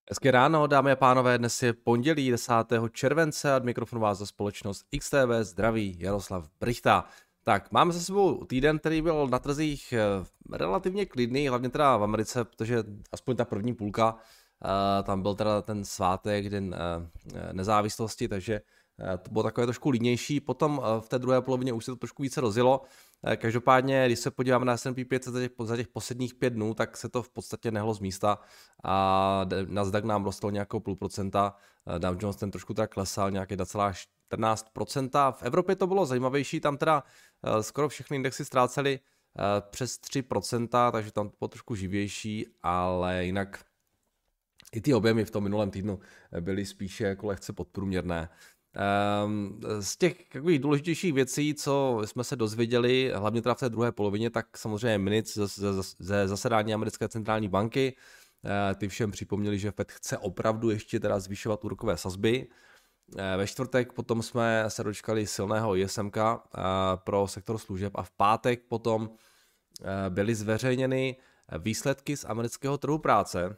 Hezké ráno, dámy a pánové, dnes je pondělí 10. července a od mikrofonu vás za společnost XTB zdraví Jaroslav Brychta. Tak, máme za sebou týden, který byl na trzích relativně klidný, hlavně teda v Americe, protože aspoň ta první půlka, tam byl teda ten svátek, den nezávislosti, takže to bylo takové trošku línější. Potom v té druhé polovině už se to trošku více rozjelo. Každopádně, když se podíváme na S&P 500 za těch posledních 5 dnů, tak se to v podstatě nehlo z místa a Nasdaq nám rostl nějakou 0,5%, Dow Jones ten trošku tak klesal nějaké 1,14%. V Evropě to bylo zajímavější, tam teda skoro všechny indexy ztrácely přes 3%, takže tam to bylo trošku živější, ale jinak i ty objemy v tom minulém týdnu byly spíše jako lehce podprůměrné. Z těch takových důležitějších věcí, co jsme se dozvěděli, hlavně teda v té druhé polovině, tak samozřejmě minutes ze zasedání americké centrální banky, ty všem připomněli, že Fed chce opravdu ještě teda zvyšovat úrokové sazby. Ve čtvrtek potom jsme se dočkali silného ISMK pro sektor služeb a v pátek potom byly zveřejněny výsledky z amerického trhu práce,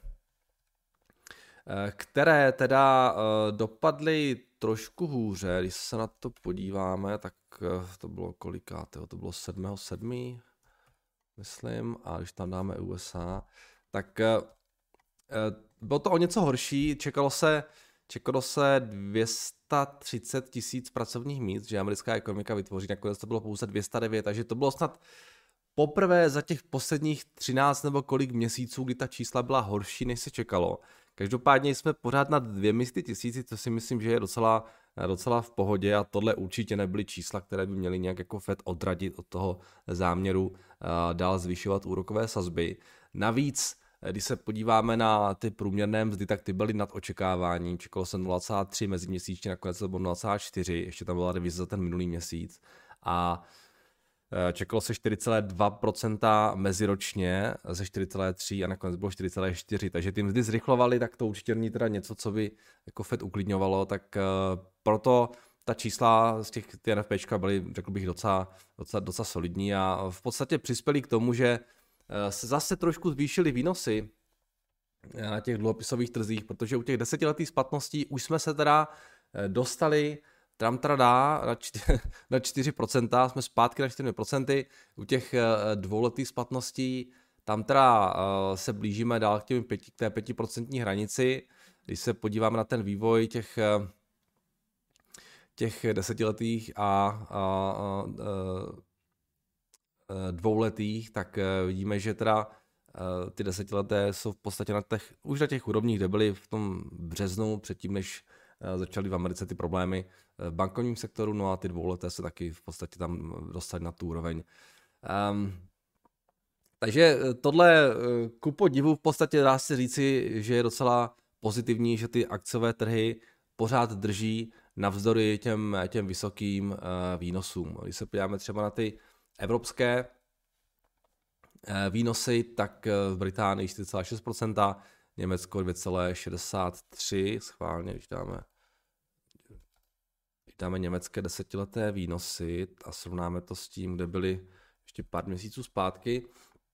které teda dopadly trošku hůře. Když se na to podíváme, tak to bylo kolikátého? To bylo 7.7., myslím, a když tam dáme USA, tak bylo to o něco horší. Čekalo se 230 000 pracovních míst, že americká ekonomika vytvoří, nakonec to bylo pouze 209, takže to bylo snad poprvé za těch posledních 13 nebo kolik měsíců, kdy ta čísla byla horší, než se čekalo. Každopádně jsme pořád nad 200 000, co si myslím, že je docela v pohodě a tohle určitě nebyly čísla, které by měly nějak jako Fed odradit od toho záměru dál zvyšovat úrokové sazby. Navíc, když se podíváme na ty průměrné mzdy, tak ty byly nad očekáváním. Čekalo se 0,3 meziměsíčně, nakonec to bylo 0,4, ještě tam byla revize za ten minulý měsíc. A čekalo se 4,2% meziročně ze 4,3 a nakonec bylo 4,4, takže ty mzdy zrychlovaly, tak to určitě není teda něco, co by jako Fed uklidňovalo, tak proto ta čísla z těch NFPčka byly, řekl bych, docela solidní a v podstatě přispěly k tomu, že se zase trošku zvýšily výnosy na těch dluhopisových trzích, protože u těch desetiletých splatností už jsme se teda dostali tramtradá na 4%, jsme zpátky na 4%, u těch dvouletých splatností tam teda se blížíme dál k té 5% hranici. Když se podíváme na ten vývoj těch desetiletých a dvouletých, tak vidíme, že teda ty desetileté jsou v podstatě už na těch úrovních, kde byly v tom březnu, předtím, než začaly v Americe ty problémy v bankovním sektoru, no a ty dvouleté se taky v podstatě tam dostaly na tu úroveň. Takže tohle ku podivu v podstatě dá se říci, že je docela pozitivní, že ty akciové trhy pořád drží navzdory těm vysokým výnosům. Když se podíváme třeba na ty evropské výnosy, tak v Británii 4,6%, Německo 2,63%, schválně, když dáme německé desetileté výnosy a srovnáme to s tím, kde byly ještě pár měsíců zpátky,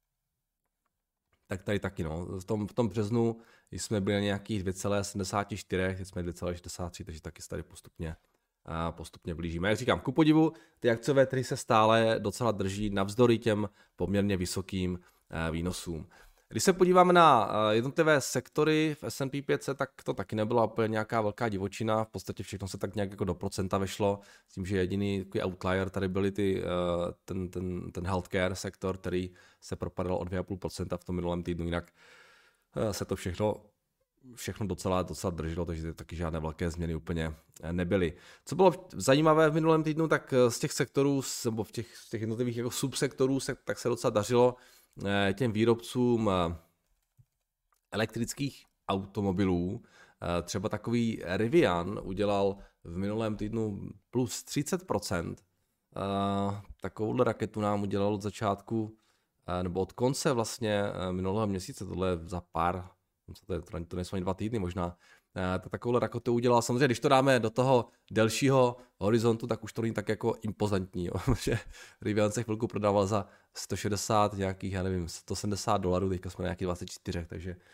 tak tady taky, no. V tom březnu jsme byli na nějakých 2,74, teď jsme 2,63, takže taky se tady postupně blížíme. Jak říkám, ku podivu, ty akciové trhy se stále docela drží navzdory těm poměrně vysokým výnosům. Když se podíváme na jednotlivé sektory v S&P 500, tak to taky nebyla úplně nějaká velká divočina, v podstatě všechno se tak nějak jako do procenta vešlo, s tím, že jediný takový outlier tady byly ten healthcare sektor, který se propadal o 2,5% v tom minulém týdnu, jinak se to všechno docela drželo, takže taky žádné velké změny úplně nebyly. Co bylo zajímavé v minulém týdnu, tak z těch sektorů, nebo z těch jednotlivých jako subsektorů, tak se docela dařilo těm výrobcům elektrických automobilů. Třeba takový Rivian udělal v minulém týdnu plus 30%. Takovouhle raketu nám udělal od začátku, nebo od konce vlastně minulého měsíce, tohle za pár, to nejsou ani 2 týdny možná, takovouhle raketu udělal. Samozřejmě, když to dáme do toho delšího horizontu, tak už to není tak jako impozantní, jo? Že Rivian se chvilku prodával za 160 nějakých, já nevím, $170, teďka jsme na nějakých 24, takže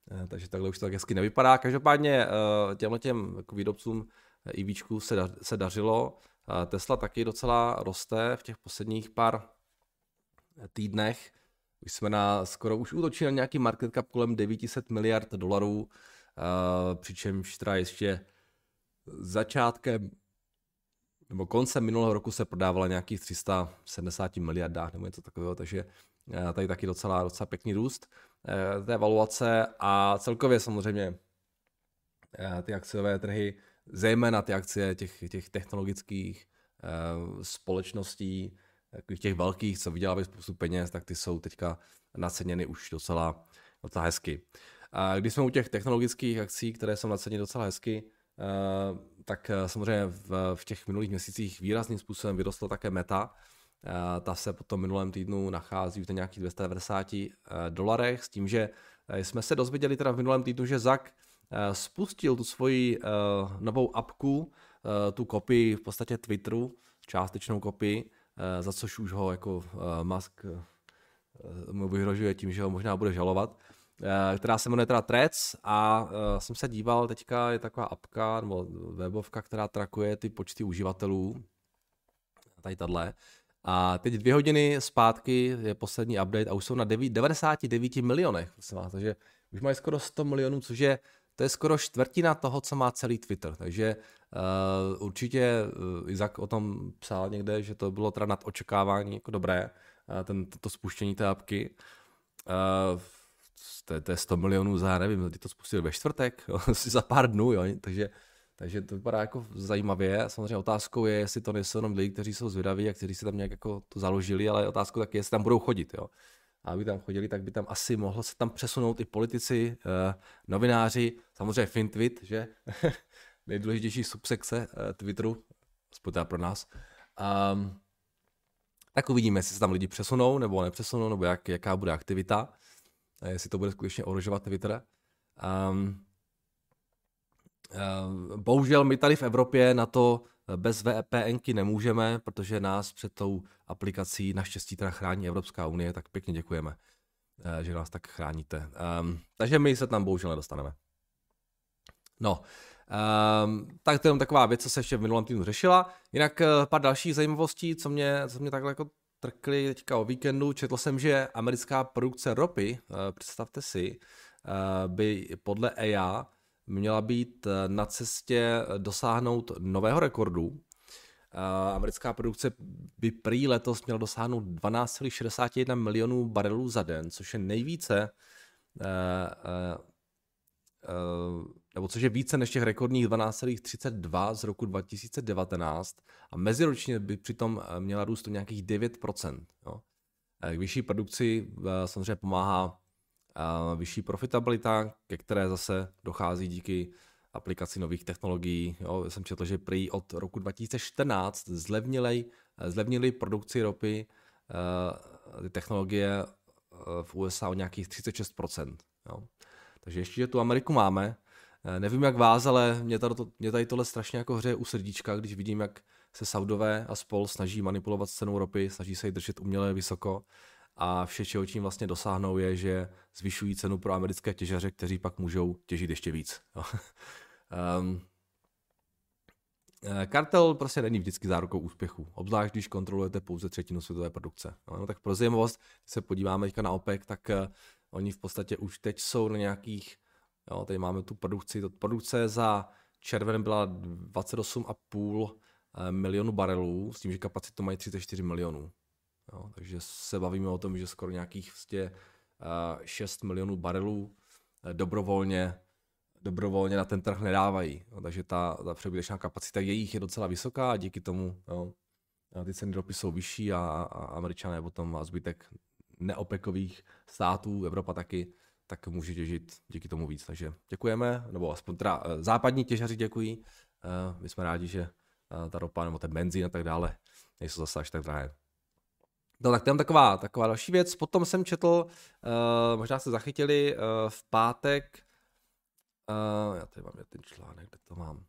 Takže takhle už to tak hezky nevypadá. Každopádně těm jako výrobcům EVčků se dařilo. Tesla taky docela roste v těch posledních pár týdnech. Už jsme už útočili na nějaký market cap kolem 900 miliard dolarů, přičemž teda ještě začátkem nebo koncem minulého roku se prodávala nějakých 370 miliardách nebo něco takového, takže tady taky docela pěkný růst té valuace a celkově samozřejmě ty akciové trhy, zejména ty akcie těch technologických společností, těch velkých, co vydělávají spoustu peněz, tak ty jsou teďka naceněny už docela hezky. Když jsme u těch technologických akcí, které jsou naceněny docela hezky, tak samozřejmě v těch minulých měsících výrazným způsobem vyrostla také Meta. Ta se po tom minulém týdnu nachází v nějakých $290 s tím, že jsme se dozvěděli teda v minulém týdnu, že Zuck spustil tu svoji novou apku, tu kopii v podstatě Twitteru, částečnou kopii, za což už ho jako Musk mu vyhrožuje tím, že ho možná bude žalovat, která se jmenuje teda Threads a jsem se díval, teďka je taková apka nebo webovka, která trackuje ty počty uživatelů, tady tahle. A teď 2 hodiny zpátky je poslední update a už jsou na 99 milionech, takže už mají skoro 100 milionů, to je skoro čtvrtina toho, co má celý Twitter, takže určitě Izak o tom psal někde, že to bylo teda nad očekávání jako dobré, to spuštění té apky. To je 100 milionů za, nevím, ty to spustili ve čtvrtek, za pár dnů, jo, takže to vypadá jako zajímavě. Samozřejmě otázkou je, jestli to nejsou jenom lidi, kteří jsou zvědaví a kteří se tam nějak jako to založili, ale otázkou taky je, jestli tam budou chodit, jo. A aby tam chodili, tak by tam asi mohlo se tam přesunout i politici, novináři, samozřejmě FinTwit, že? Nejdůležitější subsekce Twitteru, aspoň teda pro nás. Tak uvidíme, jestli se tam lidi přesunou nebo nepřesunou, nebo jaká bude aktivita, jestli to bude skutečně ohrožovat Twitter. Bohužel my tady v Evropě na to bez VPNky nemůžeme, protože nás před tou aplikací naštěstí teda chrání Evropská unie, tak pěkně děkujeme, že nás tak chráníte. Takže my se tam bohužel nedostaneme. No, tak to je jenom taková věc, co se ještě v minulém týdnu řešila. Jinak pár dalších zajímavostí, co mě takhle jako trkly teďka o víkendu. Četl jsem, že americká produkce ropy, představte si, by podle EIA měla být na cestě dosáhnout nového rekordu. Americká produkce by prý letos měla dosáhnout 12,61 milionů barelů za den, což je nejvíce, nebo což je více než těch rekordních 12,32 z roku 2019 a meziročně by přitom měla růst o nějakých 9%. Jo. K vyšší produkci samozřejmě pomáhá vyšší profitabilita, ke které zase dochází díky aplikaci nových technologií. Jo, jsem četl, že prý od roku 2014 zlevnily produkci ropy ty technologie v USA o nějakých 36%. Jo. Takže ještě, že tu Ameriku máme. Nevím jak vás, ale mě tady tohle strašně jako hřeje u srdíčka, když vidím, jak se Saudové a spol snaží manipulovat s cenou ropy, snaží se ji držet uměle vysoko. A vše, čeho tím vlastně dosáhnou, je, že zvyšují cenu pro americké těžaře, kteří pak můžou těžit ještě víc. Kartel prostě není vždycky zárukou úspěchu, obzvlášť když kontrolujete pouze třetinu světové produkce. No, tak pro zajímavost, když se podíváme teďka na OPEC, tak oni v podstatě už teď jsou na nějakých, jo, tady máme tu produkce za červen byla 28,5 milionu barelů, s tím, že kapacitu mají 34 milionů. Jo, takže se bavíme o tom, že skoro nějakých 6 milionů barelů dobrovolně na ten trh nedávají. Jo, takže ta přebytečná kapacita jejich je docela vysoká a díky tomu ty ceny ropy jsou vyšší a Američané potom a zbytek neopekových států, Evropa taky, tak může těžit díky tomu víc. Takže děkujeme, nebo aspoň teda západní těžaři děkují. My jsme rádi, že ta ropa nebo ten benzín a tak dále nejsou zase až tak drahé. No tak to je taková další věc. Potom jsem četl, možná jste zachytili, v pátek, já tady mám ten článek, kde to mám.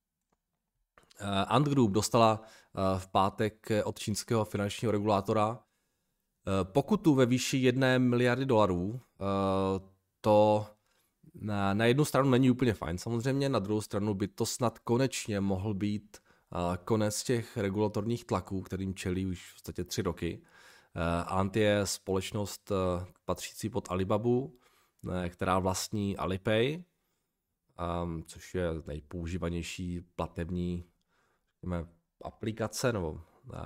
Ant Group dostala v pátek od čínského finančního regulátora pokutu ve výši 1 miliardy dolarů. To Na jednu stranu není úplně fajn samozřejmě, na druhou stranu by to snad konečně mohl být konec těch regulatorních tlaků, kterým čelí už v podstatě 3 roky. Ant je společnost patřící pod Alibabu, která vlastní Alipay, což je nejpoužívanější platební aplikace nebo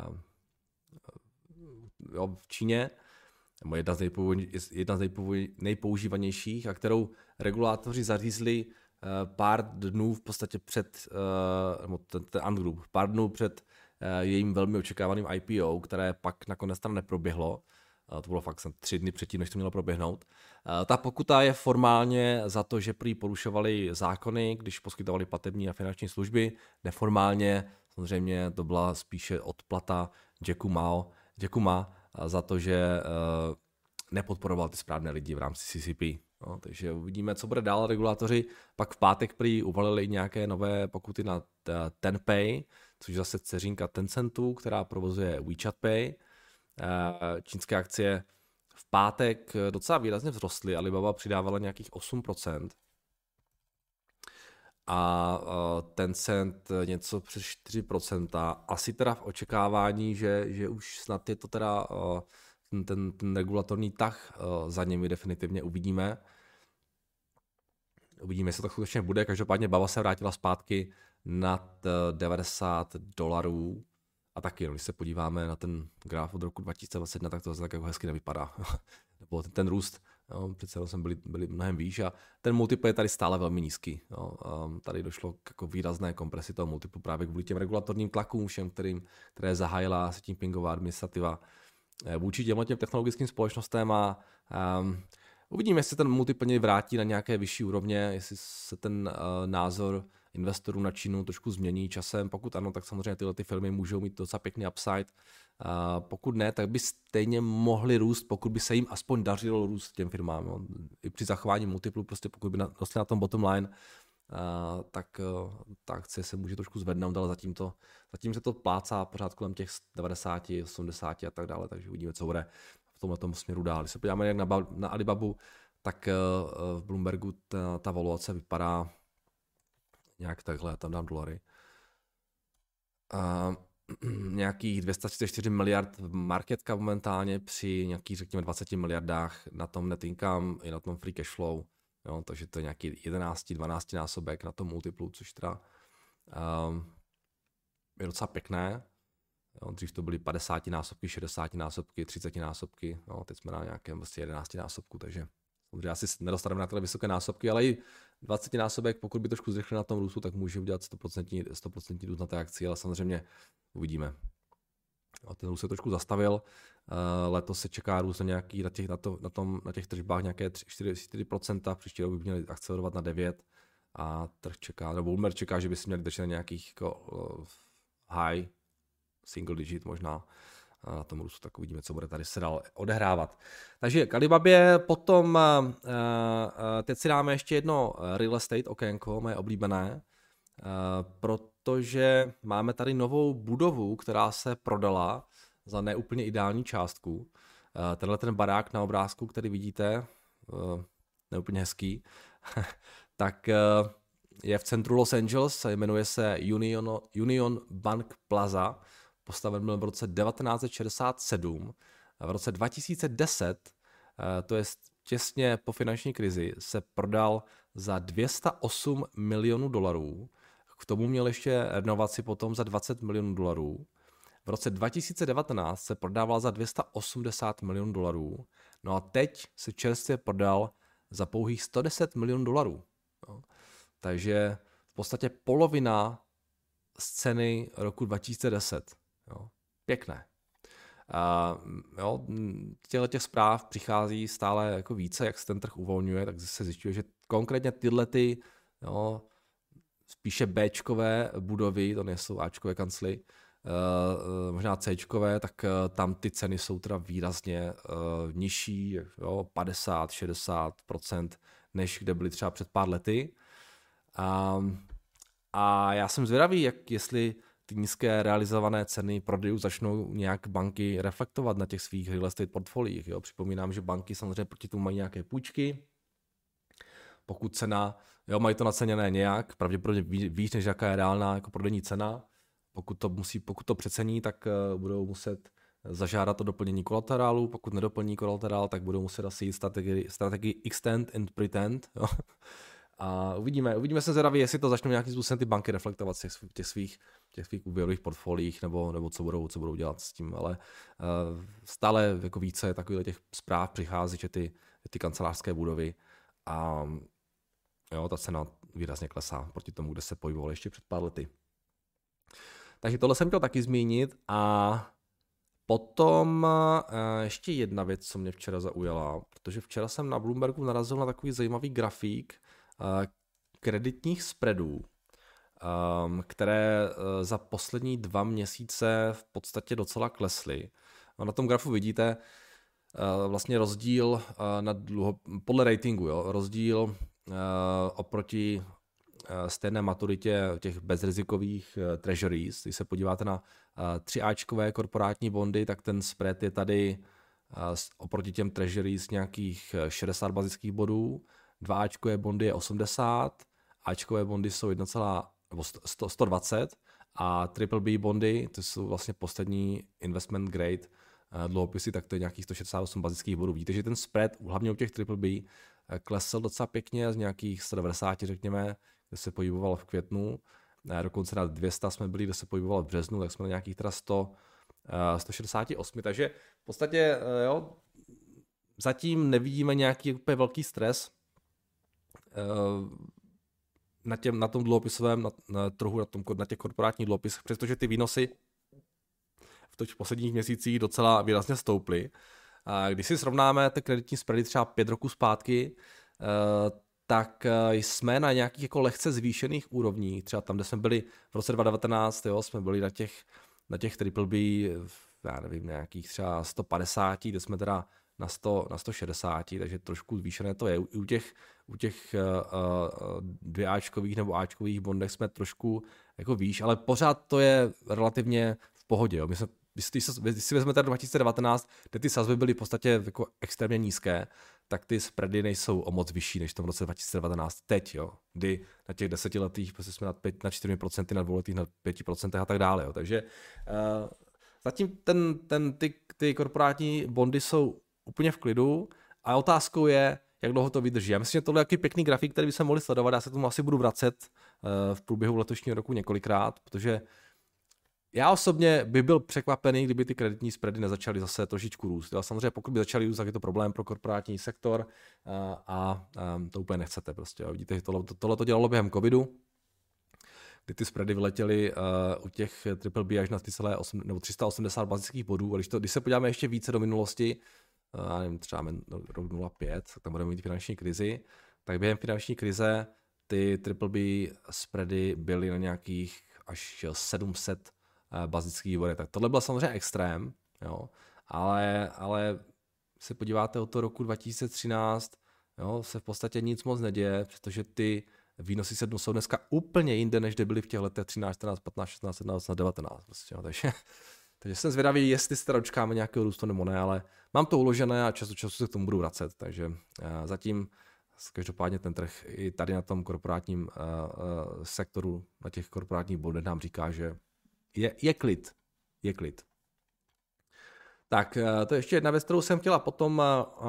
v Číně, nebo jedna z nejpoužívanějších, a kterou regulátoři zařízli pár dnů v podstatě před, nebo ten Ant Group, pár dnů před jejím velmi očekávaným IPO, které pak nakonec tam neproběhlo. To bylo fakt 3 dny předtím, než to mělo proběhnout. Ta pokuta je formálně za to, že prý porušovali zákony, když poskytovali platební a finanční služby. Neformálně samozřejmě to byla spíše odplata Jacku Ma za to, že nepodporoval ty správné lidi v rámci CCP. No, takže uvidíme, co bude dál. Regulátoři pak v pátek prý uvalili nějaké nové pokuty na Tenpay, což je zase dceřinka Tencentu, která provozuje WeChat Pay. Čínské akcie v pátek docela výrazně vzrostly, Alibaba přidávala nějakých 8% a Tencent něco přes 4%. Asi teda v očekávání, že už snad je to teda ten regulatorní tah za nimi definitivně uvidíme. Uvidíme, jestli to skutečně bude. Každopádně Baba se vrátila zpátky nad $90. A taky, když se podíváme na ten graf od roku 2021, tak to tak jako hezky nevypadá. Nebo ten růst, přece jsem byli mnohem výš a ten multiple je tady stále velmi nízký. Tady došlo k jako výrazné kompresi toho multiplu právě kvůli těm regulatorním tlakům všem, které zahájila Xi Jinpingová administrativa vůči těm technologickým společnostem a uvidíme, jestli ten multiple vrátí na nějaké vyšší úrovně, jestli se ten názor investorů na Čínu trošku změní časem. Pokud ano, tak samozřejmě tyhle ty firmy můžou mít docela pěkný upside. Pokud ne, tak by stejně mohly růst, pokud by se jim aspoň dařilo růst těm firmám. No. I při zachování multiplu, prostě pokud by dostali na tom bottom line, tak ta akcie se může trošku zvednout, ale zatím se to plácá pořád kolem těch 90, 80 a tak dále, takže uvidíme, co bude v tomhle směru dál. Když se podíváme jak na Alibabu, tak v Bloombergu ta valuace vypadá nějak takhle, tam dám dolary. Nějakých 234 miliard market cap momentálně při nějakých, řekněme, 20 miliardách na tom net income i na tom free cash flow. Jo, takže to je nějaký 11-12 násobek na tom multiplu, což teda je docela pěkné. Jo, dřív to byly 50 násobky, 60 násobky, 30 násobky, no, teď jsme na nějakém vlastně 11 násobku, takže samozřejmě asi nedostaneme na tyhle vysoké násobky, ale i 20 násobek, pokud by trošku zrychlil na tom růstu, tak může udělat 100% růst na té akci, ale samozřejmě uvidíme. A ten růst se trošku zastavil, letos se čeká růst na těch tržbách nějaké 4%, příští rok by měli akcelerovat na 9% a trh čeká, nebo Bloomberg čeká, že by si měli držet na nějakých jako, high single digit možná na tom růstu, tak uvidíme, co bude tady se dál odehrávat. Takže k Alibabě, potom teď si dáme ještě jedno real estate okénko, moje oblíbené, protože máme tady novou budovu, která se prodala za neúplně ideální částku. Tenhle ten barák na obrázku, který vidíte, neúplně hezký, tak je v centru Los Angeles, jmenuje se Union Bank Plaza, postaven byl v roce 1967. V roce 2010, to je těsně po finanční krizi, se prodal za $208 milionů. K tomu měl ještě renovaci potom za $20 milionů. V roce 2019 se prodával za $280 milionů. No a teď se čerstvě prodal za pouhých $110 milionů. No. Takže v podstatě polovina z ceny roku 2010. Jo. Pěkné. Těch zpráv přichází stále jako více, jak se ten trh uvolňuje, tak se zjišťuje, že konkrétně tyhle spíše Bčkové budovy, to nejsou Ačkové kancly, možná Cčkové, tak tam ty ceny jsou teda výrazně nižší, 50-60%, než kde byly třeba před pár lety. A já jsem zvědavý, jestli ty nízké realizované ceny prodejů začnou nějak banky reflektovat na těch svých real estate portfoliích. Jo? Připomínám, že banky samozřejmě proti tomu mají nějaké půjčky, pokud cena, jo, mají to naceněné nějak, pravděpodobně víc, než jaká je reálná jako prodejní cena, pokud to přecení, tak budou muset zažádat o doplnění kolaterálu, pokud nedoplní kolaterál, tak budou muset asi jít strategii extend and pretend, jo. A uvidíme se zvědavě, jestli to začnou nějakým způsobem ty banky reflektovat v těch svých úvěrových portfoliích, nebo co budou dělat s tím, ale stále jako více takových těch zpráv přichází, že ty kancelářské budovy a jo, ta cena výrazně klesá proti tomu, kde se pohyboval ještě před pár lety. Takže tohle jsem chtěl taky zmínit a potom ještě jedna věc, co mě včera zaujala, protože včera jsem na Bloombergu narazil na takový zajímavý grafík kreditních spreadů, které za poslední 2 měsíce v podstatě docela klesly. A na tom grafu vidíte vlastně rozdíl podle ratingu, jo, rozdíl oproti stejné maturitě těch bezrizikových treasuries. Když se podíváte na 3Ačkové korporátní bondy, tak ten spread je tady oproti těm treasuries nějakých 60 bazických bodů, 2Ačkové bondy je 80, Ačkové bondy jsou 120 a triple B bondy, to jsou vlastně poslední investment grade dluhopisy, tak to je nějakých 168 bazických bodů. Vidíte, že ten spread, hlavně u těch triple B, klesl docela pěkně z nějakých 190, řekněme, kde se pohyboval v květnu, dokonce na 200 jsme byli, kde se pohyboval v březnu, tak jsme na nějakých teda 168, takže v podstatě jo, zatím nevidíme nějaký úplně velký stres na tom dluhopisovém na trhu, na těch korporátních dluhopisech, přestože ty výnosy v těch posledních měsících docela výrazně stouply. Když si srovnáme ty kreditní spready třeba 5 roků zpátky, tak jsme na nějakých jako lehce zvýšených úrovních, třeba tam, kde jsme byli v roce 2019, jo, jsme byli na těch triple B, já nevím, nějakých třeba 150, kde jsme teda na 160, takže trošku zvýšené to je. U těch 2Ačkových nebo Ačkových bondech jsme trošku jako výš, ale pořád to je relativně v pohodě. Jo. Když si vezmete 2019, kde ty sazby byly v podstatě jako extrémně nízké, tak ty spready nejsou o moc vyšší než v tom roce 2019 teď, jo, kdy na těch 10 letých prostě jsme na 4%, na 2 letých na 5% a tak dále. Jo. Takže zatím ty korporátní bondy jsou úplně v klidu a otázkou je, jak dlouho to vydrží. Já myslím, že tohle je jaký pěkný grafik, který by se mohli sledovat. Já se tomu asi budu vracet v průběhu letošního roku několikrát, protože já osobně bych byl překvapený, kdyby ty kreditní spready nezačaly zase trošičku růst. Jo, samozřejmě pokud by začaly růst, tak je to problém pro korporátní sektor a to úplně nechcete prostě. Jo. Vidíte, že tohle to dělalo během covidu, kdy ty spready vyletěly u těch triple B až na 380 bazických bodů. A když se podíváme ještě více do minulosti, já nevím, třeba rok 2005, tak tam budeme mít finanční krizi, tak během finanční krize ty triple B spready byly na nějakých až 700 bazických bodech. Tak tohle byl samozřejmě extrém, jo, ale se podíváte od toho roku 2013, jo, se v podstatě nic moc neděje, protože ty výnosy jsou dneska úplně jinde, než kde byly v těch letech 13, 14, 15, 16, 17, 19. Prostě, jo, takže jsem zvědavý, jestli se teda dočkáme nějakého růstu nebo ne, ale mám to uložené a čas od času se k tomu budu vracet, takže zatím každopádně ten trh i tady na tom korporátním sektoru, na těch korporátních bodech nám říká, že je klid. Je klid. Tak to je ještě jedna věc, kterou jsem chtěla potom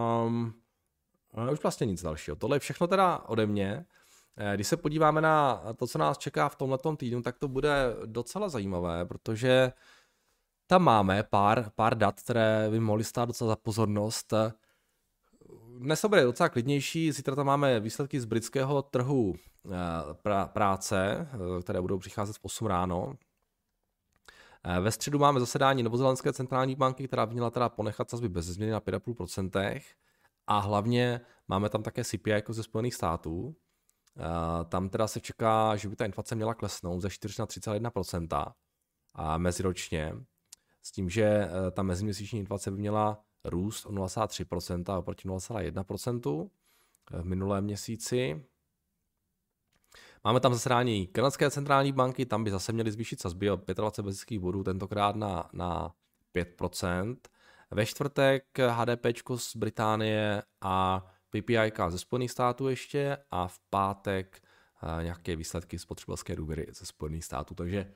už vlastně nic dalšího. Tohle je všechno teda ode mě. Když se podíváme na to, co nás čeká v tomhletom týdnu, tak to bude docela zajímavé, protože tam máme pár dat, které by mohly stát docela za pozornost. Dnes to bude docela klidnější, zítra tam máme výsledky z britského trhu práce, které budou přicházet v 8 ráno. Ve středu máme zasedání Novozélandské centrální banky, která by měla teda ponechat sazby bez změny na 5,5%. A hlavně máme tam také CPI jako ze Spojených států. Tam teda se čeká, že by ta inflace měla klesnout ze 4 na 3,1% a meziročně. S tím, že ta meziměsíční inflace by měla růst o 0,3% oproti 0,1% v minulém měsíci. Máme tam zasedání Kanadské centrální banky, tam by zase měly zvýšit sazby o 25 bazických bodů, tentokrát na 5%. Ve čtvrtek HDP z Británie a PPI ze Spojených států ještě a v pátek nějaké výsledky spotřebitelské důvěry ze Spojených států. Takže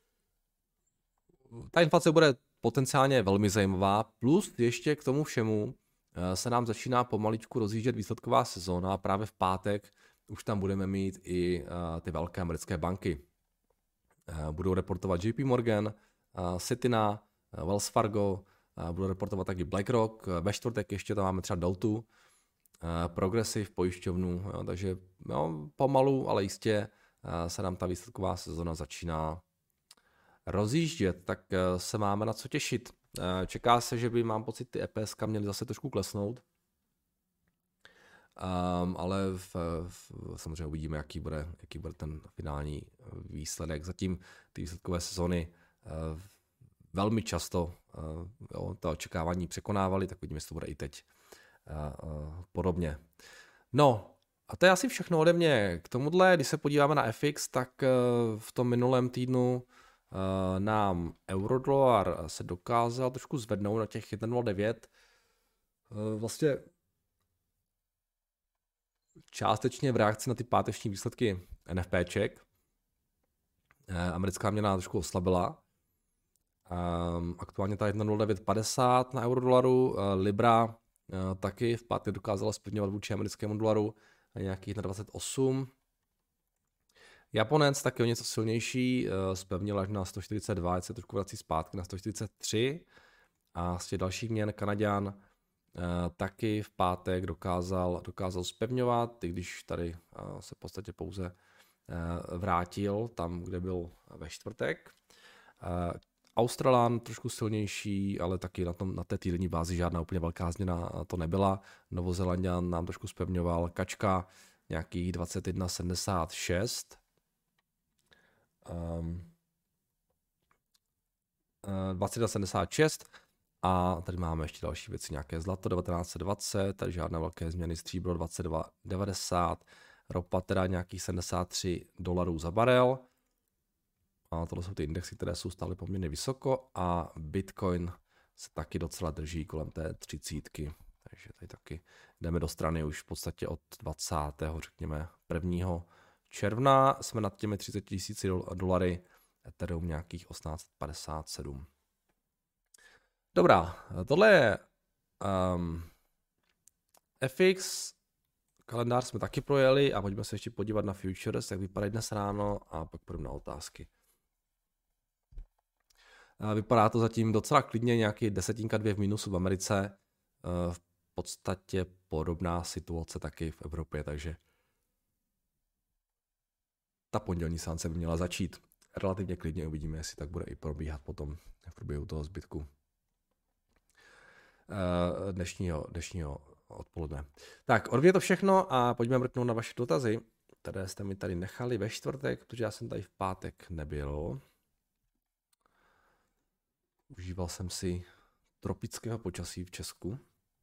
ta inflace bude potenciálně velmi zajímavá, plus ještě k tomu všemu se nám začíná pomaličku rozjíždět výsledková sezóna a právě v pátek už tam budeme mít i ty velké americké banky. Budou reportovat JP Morgan, Citigroup, Wells Fargo, budou reportovat taky BlackRock, ve čtvrtek ještě tam máme třeba Deltu, Progressive pojišťovnu, jo, takže jo, pomalu, ale jistě se nám ta výsledková sezona začíná rozjíždět, tak se máme na co těšit. Čeká se, že by, mám pocit, ty EPS měly zase trošku klesnout, ale samozřejmě uvidíme, jaký bude ten finální výsledek. Zatím ty výsledkové sezony velmi často ta očekávání překonávaly, tak vidíme, jestli to bude i teď podobně. No, a to je asi všechno ode mě k tomuhle. Když se podíváme na FX, tak v tom minulém týdnu nám eurodolar se dokázal trošku zvednout na těch 1,09. Vlastně částečně v reakci na ty páteční výsledky NFPček. Americká měna trošku oslabila. Aktuálně ta 1,0950 na eurodolaru. Libra taky v pátek dokázala zpevňovat vůči americkému dolaru na nějakých 1,28. Japonec taky o něco silnější, zpevnil až na 142, se trošku vrací zpátky na 143. A z těch dalších měn Kanaďan taky v pátek dokázal zpevňovat, i když tady se v podstatě pouze vrátil tam, kde byl ve čtvrtek. Australan trošku silnější, ale taky na té týdenní bázi žádná úplně velká změna to nebyla. Novozélanďan nám trošku zpevňoval, kačka nějakých 21,76. 21,76 a tady máme ještě další věci, nějaké zlato 1920, tady žádné velké změny, stříbro 22,90, ropa teda nějakých $73 za barel. A tohle jsou ty indexy, které jsou stále poměrně vysoko a Bitcoin se taky docela drží kolem té 30. Takže tady taky jdeme do strany už v podstatě od 20. řekněme 1. června. Jsme nad těmi 30 000 dolary, Ethereum nějakých 1857. Dobrá, tohle je FX, kalendář jsme taky projeli a pojďme se ještě podívat na futures, jak vypadají dnes ráno a pak půjdeme na otázky. Vypadá to zatím docela klidně, nějaký 1/10 v minusu v Americe, v podstatě podobná situace taky v Evropě, takže ta pondělní seance by měla začít relativně klidně, uvidíme, jestli tak bude i probíhat potom v průběhu toho zbytku dnešního odpoledne. Tak, od mě to všechno a pojďme mrknout na vaše dotazy, které jste mi tady nechali ve čtvrtek, protože já jsem tady v pátek nebyl. Užíval jsem si tropického počasí v Česku.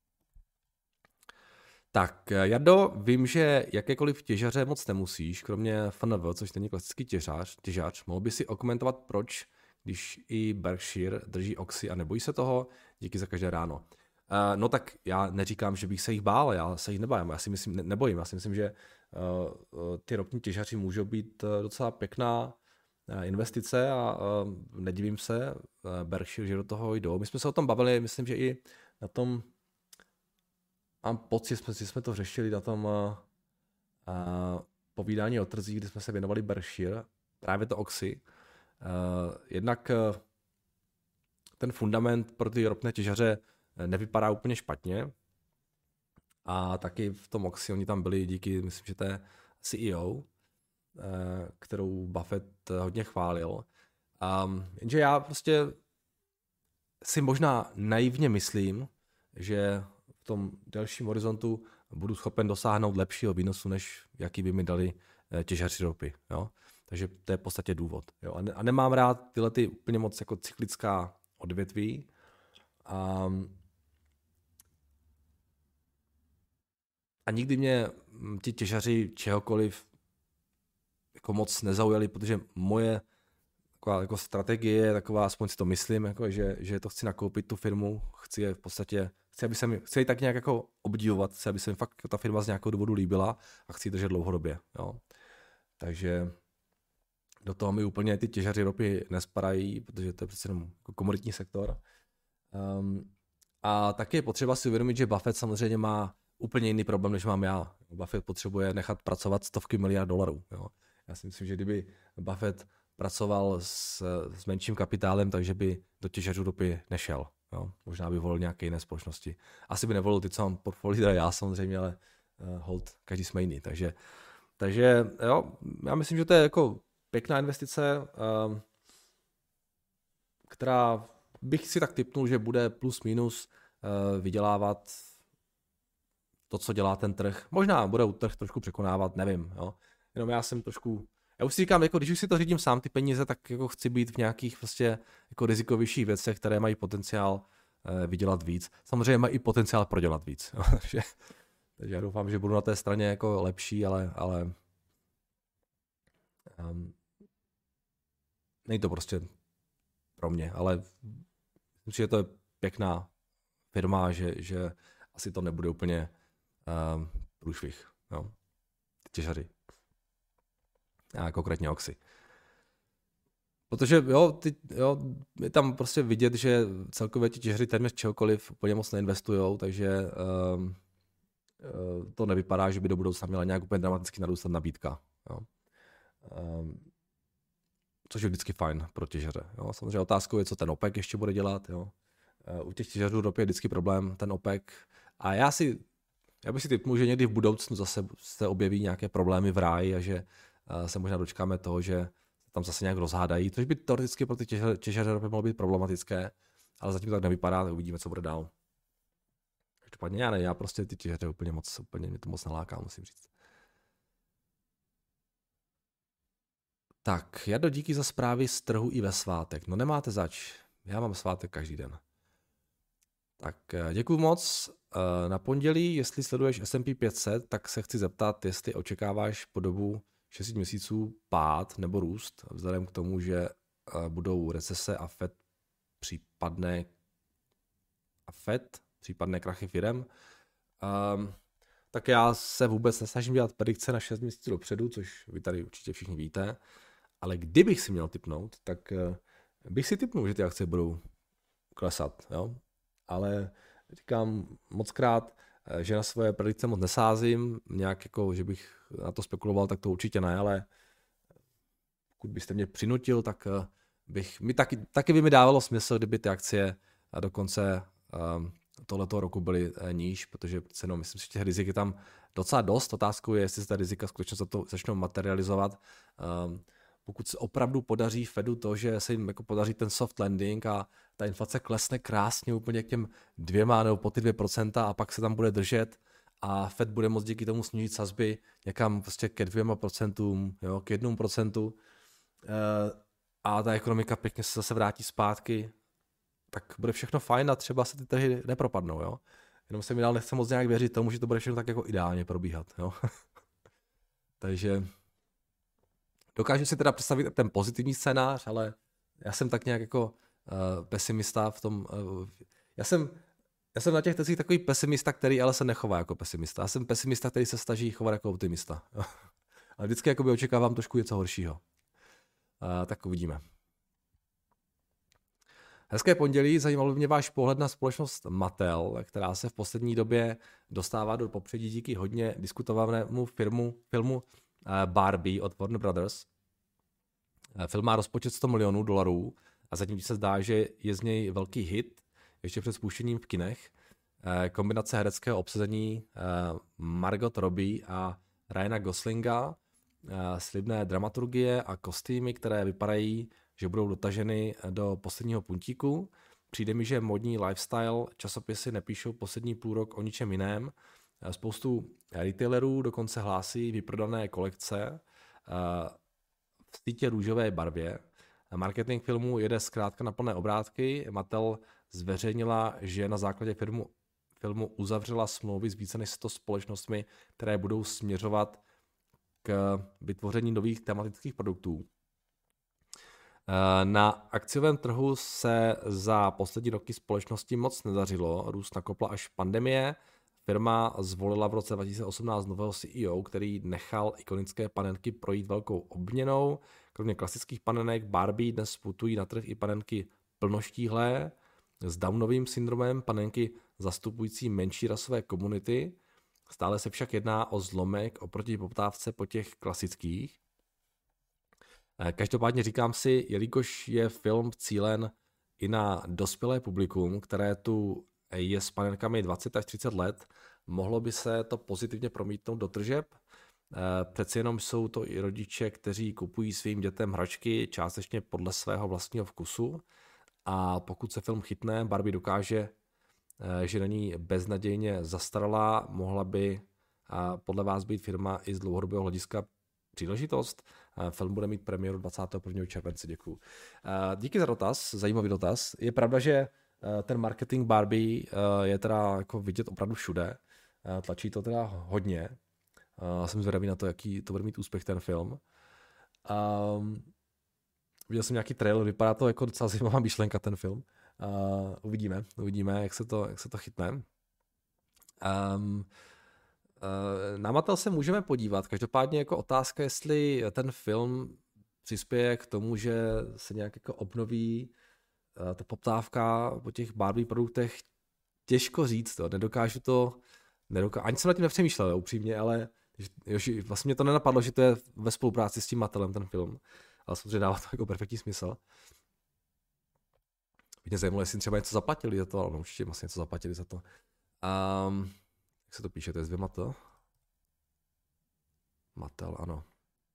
Tak, Jardo, vím, že jakékoliv těžaře moc nemusíš, kromě FNV, což není klasický těžař. Mohl by si okomentovat, proč, když i Berkshire drží Oxy a nebojí se toho? Díky za každé ráno. No tak já neříkám, že bych se jich bál, já se jich nebojím, nebojím. Já si myslím, že ty ropní těžaři můžou být docela pěkná investice a nedivím se, Berkshire, že do toho jdou. My jsme se o tom bavili, myslím, že i na tom, mám pocit, že jsme to řešili na tom povídání o trzích, kdy jsme se věnovali Berkshire, právě to Oxy. Jednak ten fundament pro ty ropné těžaře nevypadá úplně špatně a taky v tom Oxy oni tam byli díky, myslím, že té CEO, kterou Buffett hodně chválil. Jenže já prostě si možná naivně myslím, že v tom delším horizontu budu schopen dosáhnout lepšího výnosu, než jaký by mi dali těžaři ropy. Jo? Takže to je v podstatě důvod. Jo? A nemám rád tyhle ty úplně moc jako cyklická odvětví. A nikdy mě ti těžaři čehokoliv jako moc nezaujali, protože moje taková jako strategie, taková, aspoň si to myslím, jako, že to chci nakoupit tu firmu, chci je v podstatě, chci ji tak nějak jako obdivovat, chci, aby se mi fakt ta firma z nějakého důvodu líbila a chci ji držet dlouhodobě. Jo. Takže do toho mi úplně ty těžaři ropy nespadají, protože to je přece jenom jako komoditní sektor. A taky je potřeba si uvědomit, že Buffett samozřejmě má úplně jiný problém, než mám já. Buffett potřebuje nechat pracovat stovky miliard dolarů. Jo. Já si myslím, že kdyby Buffett pracoval s menším kapitálem, takže by do těžařů ropy nešel. Jo. Možná by volil nějaké jiné společnosti. Asi by nevolil ty, co mám portfolio, já samozřejmě, ale hold, každý jsme jiný. Takže jo, já myslím, že to je jako pěkná investice, která bych si tak tipnul, že bude plus minus vydělávat to, co dělá ten trh. Možná bude trh trošku překonávat, nevím. Jo. Jenom já už si říkám, jako když už si to řídím sám ty peníze, tak jako chci být v nějakých prostě jako rizikovějších věcech, které mají potenciál vydělat víc. Samozřejmě mají i potenciál prodělat víc. Jo. Takže já doufám, že budu na té straně jako lepší, ale není to prostě pro mě, ale myslím, že to je pěkná firma, že asi to nebude úplně průšvih. Jo. Těžaři. A konkrétně Oxy. Protože je tam prostě vidět, že celkově ti těžaři téměř čehokoliv úplně moc neinvestujou, takže to nevypadá, že by do budoucna měla nějak úplně dramaticky narůstat nabídka. Jo. Což je vždycky fajn pro těžaře. Jo. Samozřejmě otázkou je, co ten OPEC ještě bude dělat. Jo. U těch těžařů ropy je vždycky problém, ten OPEC. A já bych si tipnul, že někdy v budoucnu zase se objeví nějaké problémy v ráji a že se možná dočkáme toho, že tam zase nějak rozhádají, což by teoreticky pro ty těžaře ropy mohlo být problematické, ale zatím to tak nevypadá, tak uvidíme, co bude dál. Každopádně já prostě ty těžaře úplně mě to moc naláká, musím říct. Tak, Jardo, díky za zprávy z trhu i ve svátek. No nemáte zač, já mám svátek každý den. Tak děkuju moc. Na pondělí, jestli sleduješ S&P 500, tak se chci zeptat, jestli očekáváš po dobu 6 měsíců pád nebo růst, vzhledem k tomu, že budou recese a případné krachy firem. Tak já se vůbec nesnažím dělat predikce na 6 měsíců dopředu, což vy tady určitě všichni víte, ale kdybych si měl tipnout, tak bych si tipnul, že ty akcie budou klesat, jo? Ale říkám mockrát, že na svoje predikce moc nesázím, nějak jako, že bych na to spekuloval, tak to určitě ne, ale pokud byste mě přinutil, tak taky by mi dávalo smysl, kdyby ty akcie do konce tohletoho roku byly níž, protože myslím si, že těch rizik je tam docela dost. Otázkou je, jestli se ta rizika skutečně začnou materializovat. Pokud se opravdu podaří Fedu to, že se jim jako podaří ten soft landing a ta inflace klesne krásně úplně k těm 2 nebo po ty 2% a pak se tam bude držet a Fed bude moct díky tomu snížit sazby někam prostě ke 2%, jo, k 1%, a ta ekonomika pěkně se zase vrátí zpátky, tak bude všechno fajn a třeba se ty trhy nepropadnou. Jo. Jenom se mi dál nechce moc nějak věřit tomu, že to bude všechno tak jako ideálně probíhat. Jo. Takže dokážu si teda představit ten pozitivní scénář, ale já jsem tak nějak jako pesimista v tom. Já jsem na těch tezích takový pesimista, který ale se nechová jako pesimista. Já jsem pesimista, který se snaží chovat jako optimista. Ale vždycky jakoby očekávám trošku něco horšího. Tak uvidíme. Hezké pondělí, zajímalo by mě váš pohled na společnost Mattel, která se v poslední době dostává do popředí díky hodně diskutovanému filmu Barbie od Warner Brothers. Film má rozpočet $100 milionů a zatím se zdá, že je z něj velký hit, ještě před spuštěním v kinech. Kombinace hereckého obsazení Margot Robbie a Ryana Goslinga, slibné dramaturgie a kostýmy, které vypadají, že budou dotaženy do posledního puntíku. Přijde mi, že modní lifestyle časopisy nepíšou poslední půl rok o ničem jiném. Spoustu retailerů dokonce hlásí vyprodané kolekce v sítě růžové barvě. Marketing filmu jede zkrátka na plné obrátky. Mattel zveřejnila, že na základě filmu uzavřela smlouvy s více než 100 společnostmi, které budou směřovat k vytvoření nových tematických produktů. Na akciovém trhu se za poslední roky společnosti moc nedařilo, růst nakopla až pandemie. Firma zvolila v roce 2018 nového CEO, který nechal ikonické panenky projít velkou obměnou. Kromě klasických panenek Barbie dnes putují na trh i panenky plnoštíhlé, s Downovým syndromem, panenky zastupující menší rasové komunity. Stále se však jedná o zlomek oproti poptávce po těch klasických. Každopádně říkám si, jelikož je film cílen i na dospělé publikum, které tu je s panenkami 20 až 30 let, mohlo by se to pozitivně promítnout do tržeb. Přeci jenom jsou to i rodiče, kteří kupují svým dětem hračky částečně podle svého vlastního vkusu. A pokud se film chytne, Barbie dokáže, že není beznadějně zastaralá, mohla by podle vás být firma i z dlouhodobého hlediska příležitost. Film bude mít premiéru 21. července, děkuju. Díky za dotaz, zajímavý dotaz. Je pravda, že ten marketing Barbie je teda jako vidět opravdu všude. Tlačí to teda hodně. Jsem zvědavý na to, jaký to bude mít úspěch ten film. Viděl jsem nějaký trailer, vypadá to jako docela zajímavá myšlenka ten film. Uvidíme, jak se to chytne. Na Mattel se můžeme podívat. Každopádně jako otázka, jestli ten film přispěje k tomu, že se nějak jako obnoví ta poptávka po těch Barbie produktech. Těžko říct, nedokážu ani jsem nad tím nepřemýšlel, upřímně, ale vlastně mě to nenapadlo, že to je ve spolupráci s tím Mattelem ten film. Ale samozřejmě dává to jako perfektní smysl. Mě zajímalo, jestli třeba něco zaplatili za to, ale určitě vlastně něco zaplatili za to. Jak se to píše, to je dvěma to? Mattel, ano.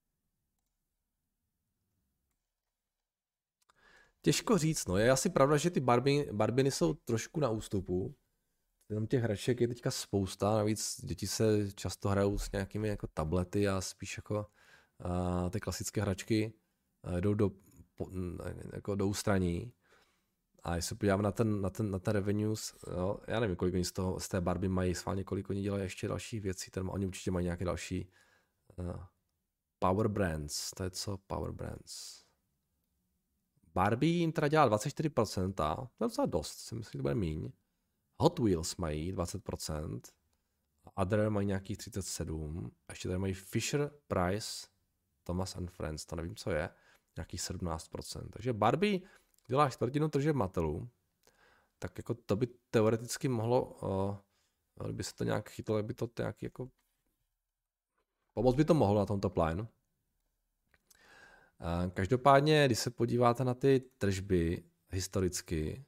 Těžko říct, no. Je asi pravda, že ty Barbiny jsou trošku na ústupu. Jenom těch hraček je teďka spousta, navíc děti se často hrajou s nějakými jako tablety a spíš jako ty klasické hračky jdou do ústraní. A když se podívám na ten revenues, jo, já nevím, kolik oni z té Barbie mají, schválně kolik oni dělají ještě dalších věcí, oni určitě mají nějaké další Power Brands, to je co Power Brands. Barbie jim teda dělá 24%, to je docela dost, si myslím, že to bude míň. Hot Wheels mají 20%, Other mají nějakých 37%, a ještě tady mají Fisher Price, Thomas and Friends, to nevím, co je, nějakých 17%. Takže Barbie dělá čtvrtinu tržeb Mattelu, tak jako to by teoreticky mohlo, kdyby se to nějak chytlo, by to nějaký jako pomoct by to mohlo na tom top line. Každopádně, když se podíváte na ty tržby historicky,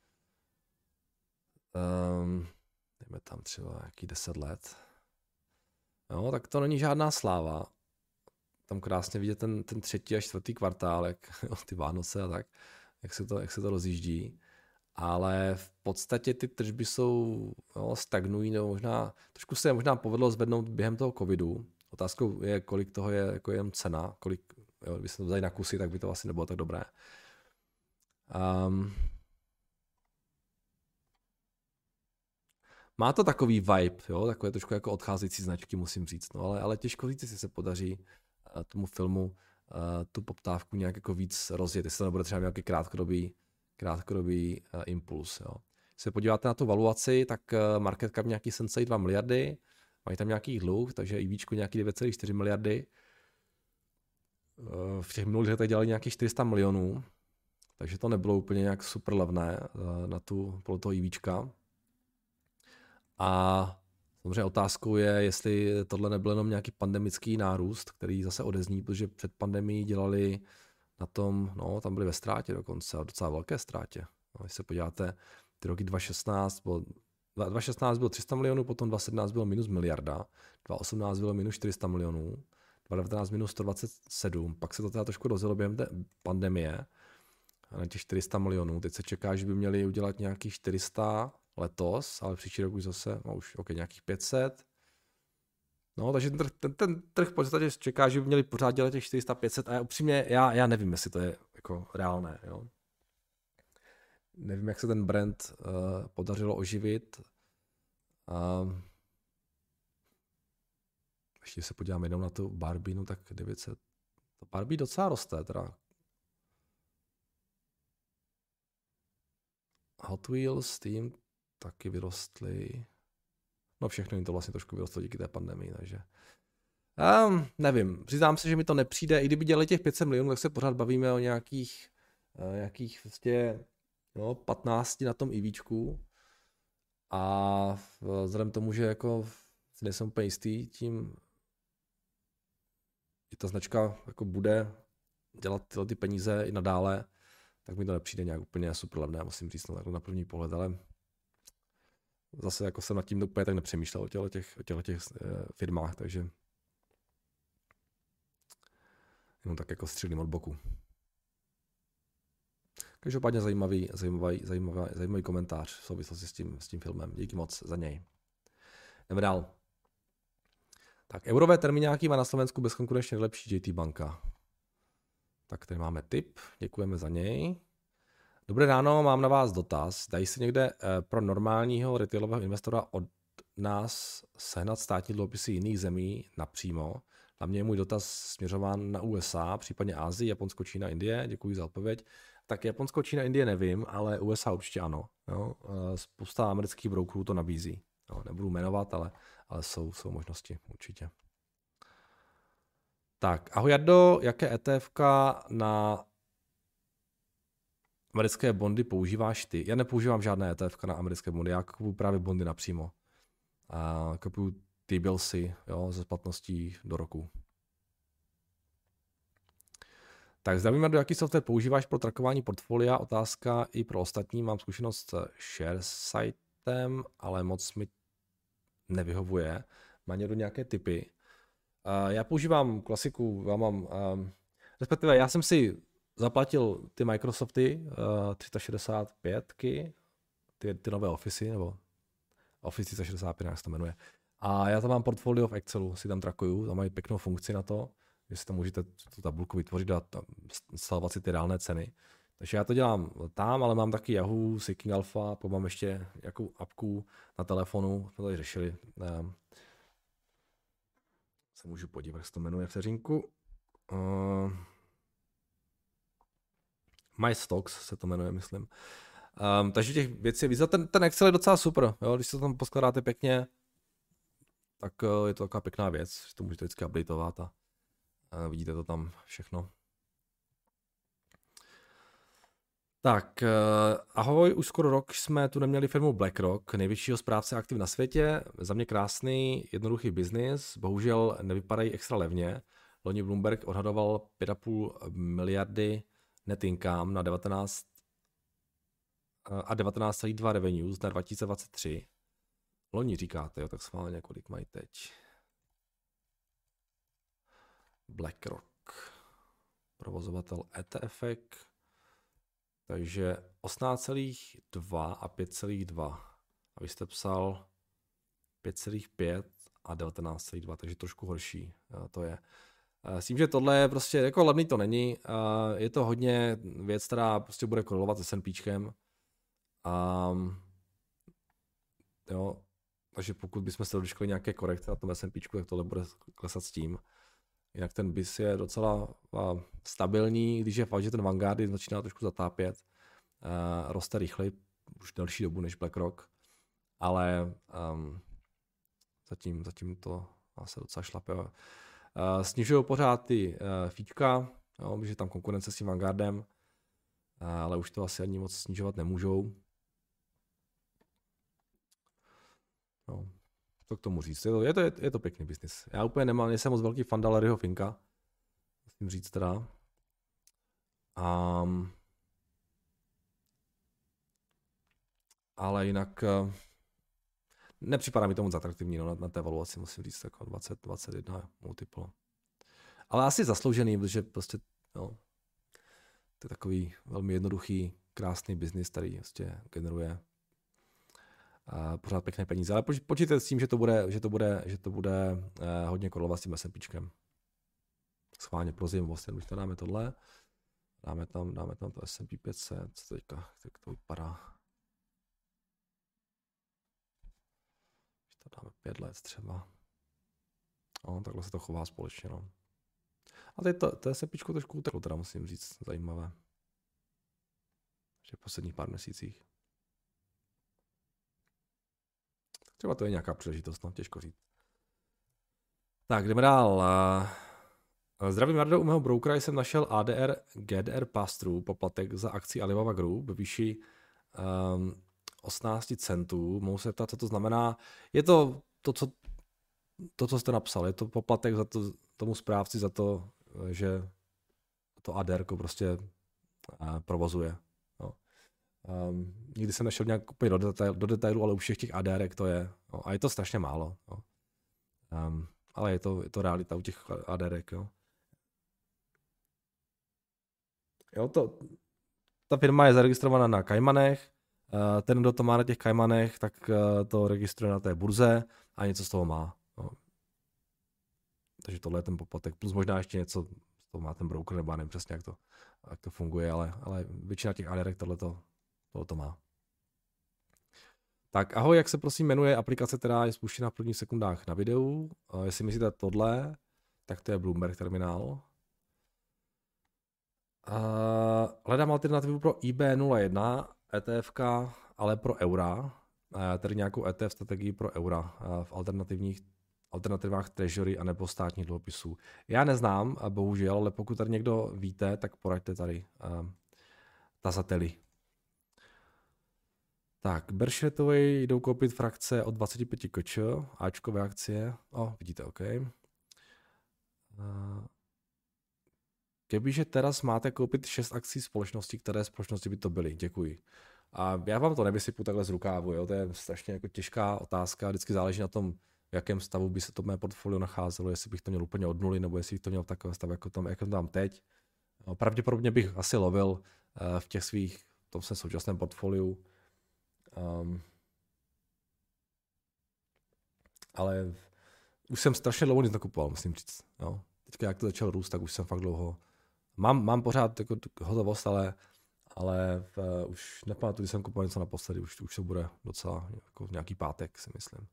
dejme tam třeba nějaký 10 let, no, tak to není žádná sláva. Tam krásně vidět ten třetí a čtvrtý kvartál, ty Vánoce a tak, jak se to rozjíždí. Ale v podstatě ty tržby stagnují, nebo možná, trošku se je možná povedlo zvednout během toho covidu. Otázkou je, kolik toho je jako jen cena, kdyby se to vzali na kusy, tak by to asi nebylo tak dobré. Má to takový vibe, jo, takové trošku jako odcházející značky, musím říct, no, ale těžko říct, jestli se podaří tomu filmu tu poptávku nějak jako víc rozjet, jestli to nebude třeba nějaký krátkodobý impuls. Jo. Když se podíváte na tu valuaci, tak market cap nějaký 7,2 miliardy, mají tam nějaký dluh, takže EVčko nějaký 9,4 miliardy. V těch minulých letech dělali nějakých 400 milionů, takže to nebylo úplně nějak super levné podle toho EVčka. A samozřejmě otázkou je, jestli tohle nebyl jenom nějaký pandemický nárůst, který zase odezní, protože před pandemií dělali na tom, no, tam byli ve ztrátě dokonce, docela velké ztrátě. No, když se podíváte, ty roky 2016 bylo 300 milionů, potom 2017 bylo minus miliarda, 2018 bylo minus 400 milionů, 2019 minus 127, pak se to teda trošku rozjelo během té pandemie na těch 400 milionů. Teď se čeká, že by měli udělat nějakých 400 letos, ale příští rok už zase, nějakých 500. No, takže ten trh v podstatě čeká, že by měli pořád dělat těch 400-500 a upřímně já nevím, jestli to je jako reálné. Jo. Nevím, jak se ten brand podařilo oživit. Ještě se podíváme jenom na tu Barbie, tak 900. To Barbie docela roste teda. Hot Wheels, Steam taky vyrostly. No všechno jim to vlastně trošku vyrostlo díky té pandemii, takže... Nevím, přiznám se, že mi to nepřijde, i kdyby dělali těch 500 milionů, tak se pořád bavíme o nějakých vlastně, no, 15 na tom IVčku. A vzhledem tomu, že jako si nejsem úplně jistý tím, že ta značka jako bude dělat tyhle ty peníze i nadále, tak mi to nepřijde nějak úplně super levné, musím říct, no, na první pohled, ale zase jako jsem nad tím úplně tak nepřemýšlel o těch firmách, takže jenom tak jako střílím od boku. Každopádně zajímavý komentář v souvislosti s tím filmem. Díky moc za něj. Jdeme dál. Tak, eurové termíňáky má na Slovensku bezkonkurenčně nejlepší JT banka. Tak tady máme tip, děkujeme za něj. Dobré ráno, mám na vás dotaz. Dají se někde pro normálního retailového investora od nás sehnat státní dluhopisy jiných zemí napřímo? Hlavně je můj dotaz směřován na USA, případně Asii, Japonsko, Čína, Indie. Děkuji za odpověď. Tak Japonsko, Čína, Indie nevím, ale USA určitě ano. Jo? Spousta amerických brokerů to nabízí. Jo? Nebudu jmenovat, ale jsou možnosti určitě. Tak, ahoj Jardo, jaké ETFka na americké bondy používáš ty? Já nepoužívám žádné ETFka na americké bondy, já kupuju právě bondy napřímo. A kupuju T-billsy, jo, ze splatností do roku. Tak zdravím, Jardo, jaký software používáš pro trackování portfolia? Otázka i pro ostatní. Mám zkušenost s ShareSitem, ale moc mi nevyhovuje. Má někdo nějaké tipy? Já používám klasiku, respektive já jsem si zaplatil ty Microsofty 365, ty nové Office, nebo Office 365, jak se to jmenuje. A já tam mám portfolio v Excelu, si tam trackuju, tam mají pěknou funkci na to, že si tam můžete tu tabulku vytvořit a instalovat si ty reálné ceny. Takže já to dělám tam, ale mám taky Yahoo, Seeking Alpha, pak mám ještě nějakou apku na telefonu, jsme tady řešili. Se můžu podívat, jak se to jmenuje, vteřinku. My Stocks se to jmenuje, myslím. Takže těch věcí je víc. Ten Excel je docela super, jo? Když se to tam poskladáte pěkně, tak je to taková pěkná věc, že to můžete vždycky updateovat a vidíte to tam všechno. Tak, ahoj, už skoro rok jsme tu neměli firmu BlackRock, největšího správce aktiv na světě. Za mě krásný, jednoduchý biznis, bohužel nevypadají extra levně. Loni Bloomberg odhadoval 5,5 miliardy net income na 19,2 revenues na 2023. Loni říkáte, jo, tak schválně, kolik mají teď. BlackRock, provozovatel ETF, takže 18,2 a 5,2. A vy jste psal 5,5 a 19,2, takže trošku horší to je. S tím, že tohle je prostě, jako levný to není, je to hodně věc, která prostě bude korelovat s S&Pčkem. Jo, takže pokud bychom se dočkali nějaké korekce na tom S&Pčku, tak tohle bude klesat s tím. Jinak ten BIS je docela stabilní, když je fakt, že ten Vanguard začíná trošku zatápět. Roste rychleji už delší dobu než BlackRock, ale zatím to se docela šlape. Snižují pořád ty fíčka, že je tam konkurence s tím Vanguardem, ale už to asi ani moc snižovat nemůžou. No, co k tomu říct? Je to pěkný biznis. Já úplně nejsem moc velký fan Larryho Finka, musím říct teda. Ale jinak nepřipadá mi to moc atraktivní, no, na té valuaci musím říct jako 20-21 multiple. Ale asi zasloužený, protože prostě no, to je takový velmi jednoduchý, krásný biznis, který prostě generuje pořád pěkné peníze. Ale počítejte s tím, že to bude hodně korelovat s tím S&Pčkem. Schválně pro zimu, vlastně, když tam dáme tohle, dáme tam to S&P 500, co teďka, jak to vypadá. Dáme 5 let třeba. No, takhle se to chová společně, no. A teď to je S&Pčko trošku uteklo, teda musím říct, zajímavé. Ještě v posledních pár měsících. Třeba to je nějaká příležitost, no, těžko říct. Tak, jdeme dál. Zdravím, Jardo, u mého brokera jsem našel ADR GDR pass-through poplatek za akci Alibaba Group ve výši 18 centů. Mohu se ptát, co to znamená. Je to co jste napsal. Je to poplatek za to, tomu správci za to, že to ADR prostě provozuje. No. Nikdy jsem nešel nějak úplně do detailu, ale u všech těch ADR to je. No. A je to strašně málo. No. Ale je to realita u těch ADR. Jo, ta firma je zaregistrovaná na Kajmanech, ten, kdo to má na těch Kajmanech, tak to registruje na té burze a něco z toho má. No. Takže tohle je ten poplatek, plus možná ještě něco z toho má ten broker, nebo nevím přesně, jak to funguje, ale většina těch ADR tohle má. Tak ahoj, jak se prosím jmenuje aplikace, která je spuštěna v prvních sekundách na videu? Jestli myslíte tohle, tak to je Bloomberg terminál. Hledám alternativu pro IB01 ETF, ale pro eura, tedy nějakou ETF strategii pro eura v alternativách treasury anebo státních dluhopisů. Já neznám, bohužel, ale pokud tady někdo víte, tak poraďte tady tazateli. Tak, Berkshire jdou koupit frakce od 25 kč, Ačkové akcie, vidíte, OK. Kdybyže teraz máte koupit 6 akcí společnosti, které společnosti by to byly? Děkuji. A já vám to nevysypu takhle z rukávu, jo? To je strašně jako těžká otázka, vždycky záleží na tom, v jakém stavu by se to mé portfolio nacházelo, jestli bych to měl úplně od nuly, nebo jestli bych to měl v takovém stavu, jak to mám teď. Pravděpodobně bych asi lovil v těch svých, v tom svém současném portfoliu. Ale už jsem strašně dlouho nic nakupoval, musím říct. Jo? Teďka jak to začalo růst, tak už jsem fakt dlouho. Mám pořád jako hotovost, ale už nepamatuji, když jsem kupoval něco naposledy, už to bude docela jako nějaký pátek, si myslím.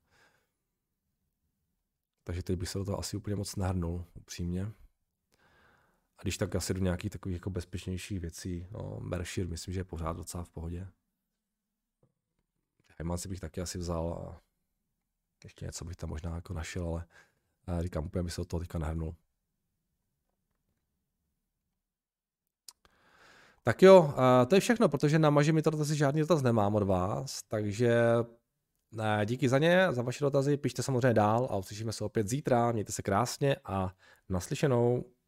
Takže teď bych se do toho asi úplně moc nahrnul, upřímně. A když tak asi do nějakých takových jako bezpečnějších věcí, Berkshire myslím, že je pořád docela v pohodě. Kajman si bych taky asi vzal a ještě něco bych tam možná jako našel, ale říkám, úplně bych se do toho teďka nahrnul. Tak jo, to je všechno, protože na Maži mi to dotazy žádný dotaz nemám od vás, takže díky za ně, za vaše dotazy, pište samozřejmě dál a uslyšíme se opět zítra, mějte se krásně a naslyšenou.